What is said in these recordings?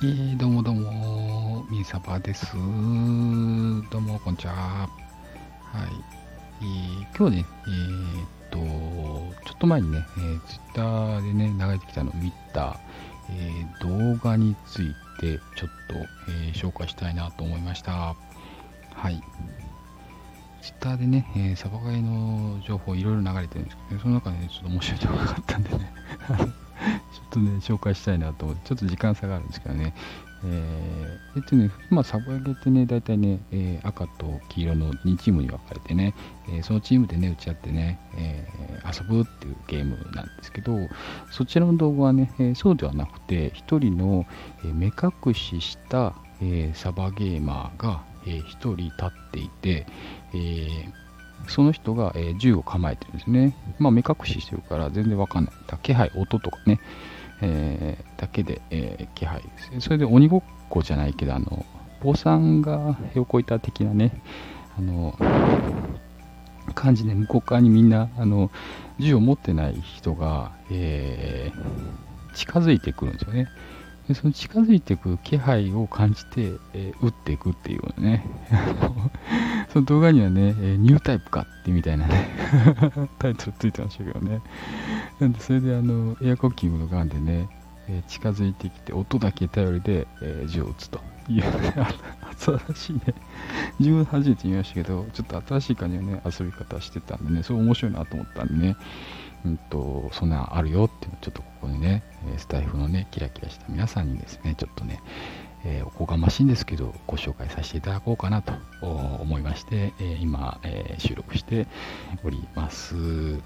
どうもどうも、みさばです。どうも、こんにちは。はい。今日ね、ちょっと前にね、ツイッターでね、流れてきたのを見た、動画について、ちょっと、紹介したいなと思いました。はい。ツイッターでね、サバゲーの情報いろいろ流れてるんですけど、ね、その中でね、ちょっと面白い動画があったんでね、ちょっとね、紹介したいなと思って、ちょっと時間差があるんですけどね、サバゲーってね、大体ね、赤と黄色の2チームに分かれてね、そのチームでね、打ち合ってね、遊ぶっていうゲームなんですけど、そちらの動画はね、そうではなくて、一人の、目隠しした、サバゲーマーが、一人立っていて、その人が、銃を構えてるんですね。まあ、目隠ししてるから全然わかんない。気配、音とかね、だけで、気配ですね。それで鬼ごっこじゃないけど、坊さんが横板的なね、感じで、向こう側にみんな、銃を持ってない人が、近づいてくるんですよね。でその近づいてくる気配を感じて、撃っていくっていうね。その動画にはね、ニュータイプかってみたいなね、タイトルついてましたけどね。なんで、それでエアコッキングのガンでね、近づいてきて、音だけ頼りで、銃を撃つという、ね、新しいね、自分初めて見ましたけど、ちょっと新しい感じのね、遊び方してたんでね、それ面白いなと思ったんでね、そんなんあるよっていうのをちょっとここにね、スタイフのね、キラキラした皆さんにですね、ちょっとね、おこがましいんですけど、ご紹介させていただこうかなと思いまして、今、収録しております。はい。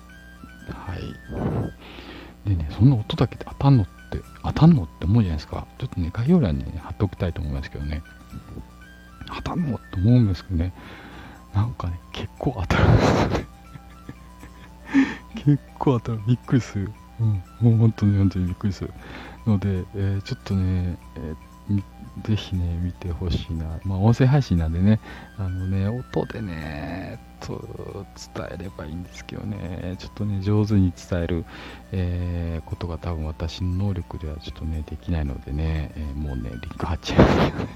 でね、そんな音だけで当たんのって思うじゃないですか。ちょっとね、概要欄にね、貼っておきたいと思いますけどね、当たんのって思うんですけどね、なんかね、結構当たるんですよね。結構当たる。びっくりする。もう本当にびっくりする。ので、ちょっとね、ぜひね、見てほしいな。まあ、音声配信なんでね、音でね、伝えればいいんですけどね、ちょっとね、上手に伝える、ことが多分私の能力ではちょっとね、できないのでね、もうね、リンク貼っちゃいますけどね。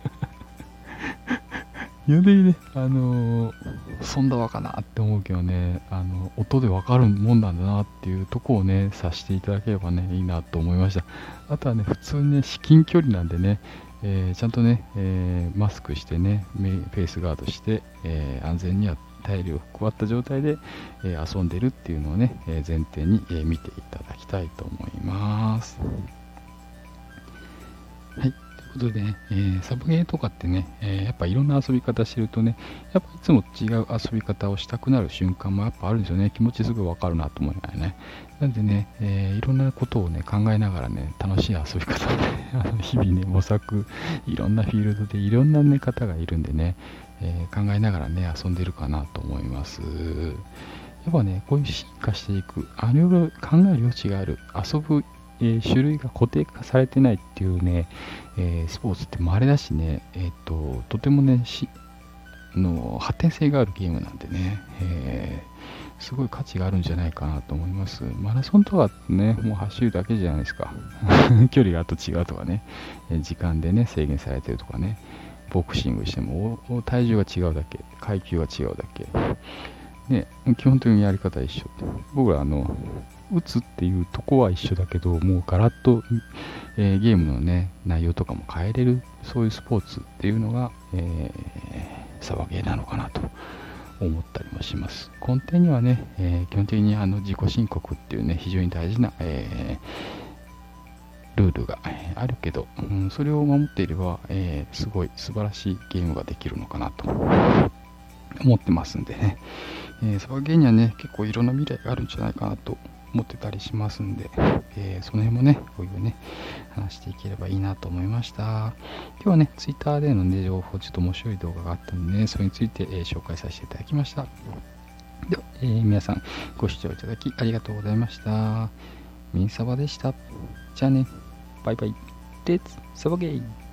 よりね、そんなわかなって思うけどね、音でわかるもんなんだなっていうとこをね、察していただければね、いいなと思いました。あとはね、普通にね、至近距離なんでね、ちゃんとね、マスクしてね、フェイスガードして、安全には体力を配った状態で、遊んでるっていうのをね、前提に、見ていただきたいと思います。はい。ということでね、サバゲーとかってね、やっぱいろんな遊び方してるとね、やっぱいつも違う遊び方をしたくなる瞬間もやっぱあるんですよね。気持ちすぐわかるなと思いながらね。なんでね、いろんなことをね、考えながらね、楽しい遊び方をね、日々ね、模索、いろんなフィールドでいろんな、ね、方がいるんでね、考えながらね、遊んでるかなと思います。やっぱね、こういう進化していく、いろいろ考える余地がある、遊ぶ種類が固定化されてないっていうね、スポーツって稀だしね、とてもね、発展性があるゲームなんでね、すごい価値があるんじゃないかなと思います。マラソンとかね、もう走るだけじゃないですか。距離があと違うとかね、時間でね、制限されてるとかね、ボクシングしても体重が違うだけ、階級が違うだけ、ね、基本的にやり方は一緒。僕ら打つっていうとこは一緒だけど、もうガラッと、ゲームのね、内容とかも変えれる、そういうスポーツっていうのが、サバゲーなのかなと思ったりもします。根底にはね、基本的に自己申告っていうね、非常に大事な、ルールがあるけど、それを守っていれば、すごい素晴らしいゲームができるのかなと思ってますんでね、サバゲーにはね、結構いろんな未来があるんじゃないかなと思ってたりしますんで、その辺もね、こういうね、話していければいいなと思いました。今日はね、ツイッターでの、ね、情報、ちょっと面白い動画があったんでね、それについて、紹介させていただきました。では、皆さんご視聴いただきありがとうございました。ミンサバでした。じゃあね、バイバイ。レッツサバゲー。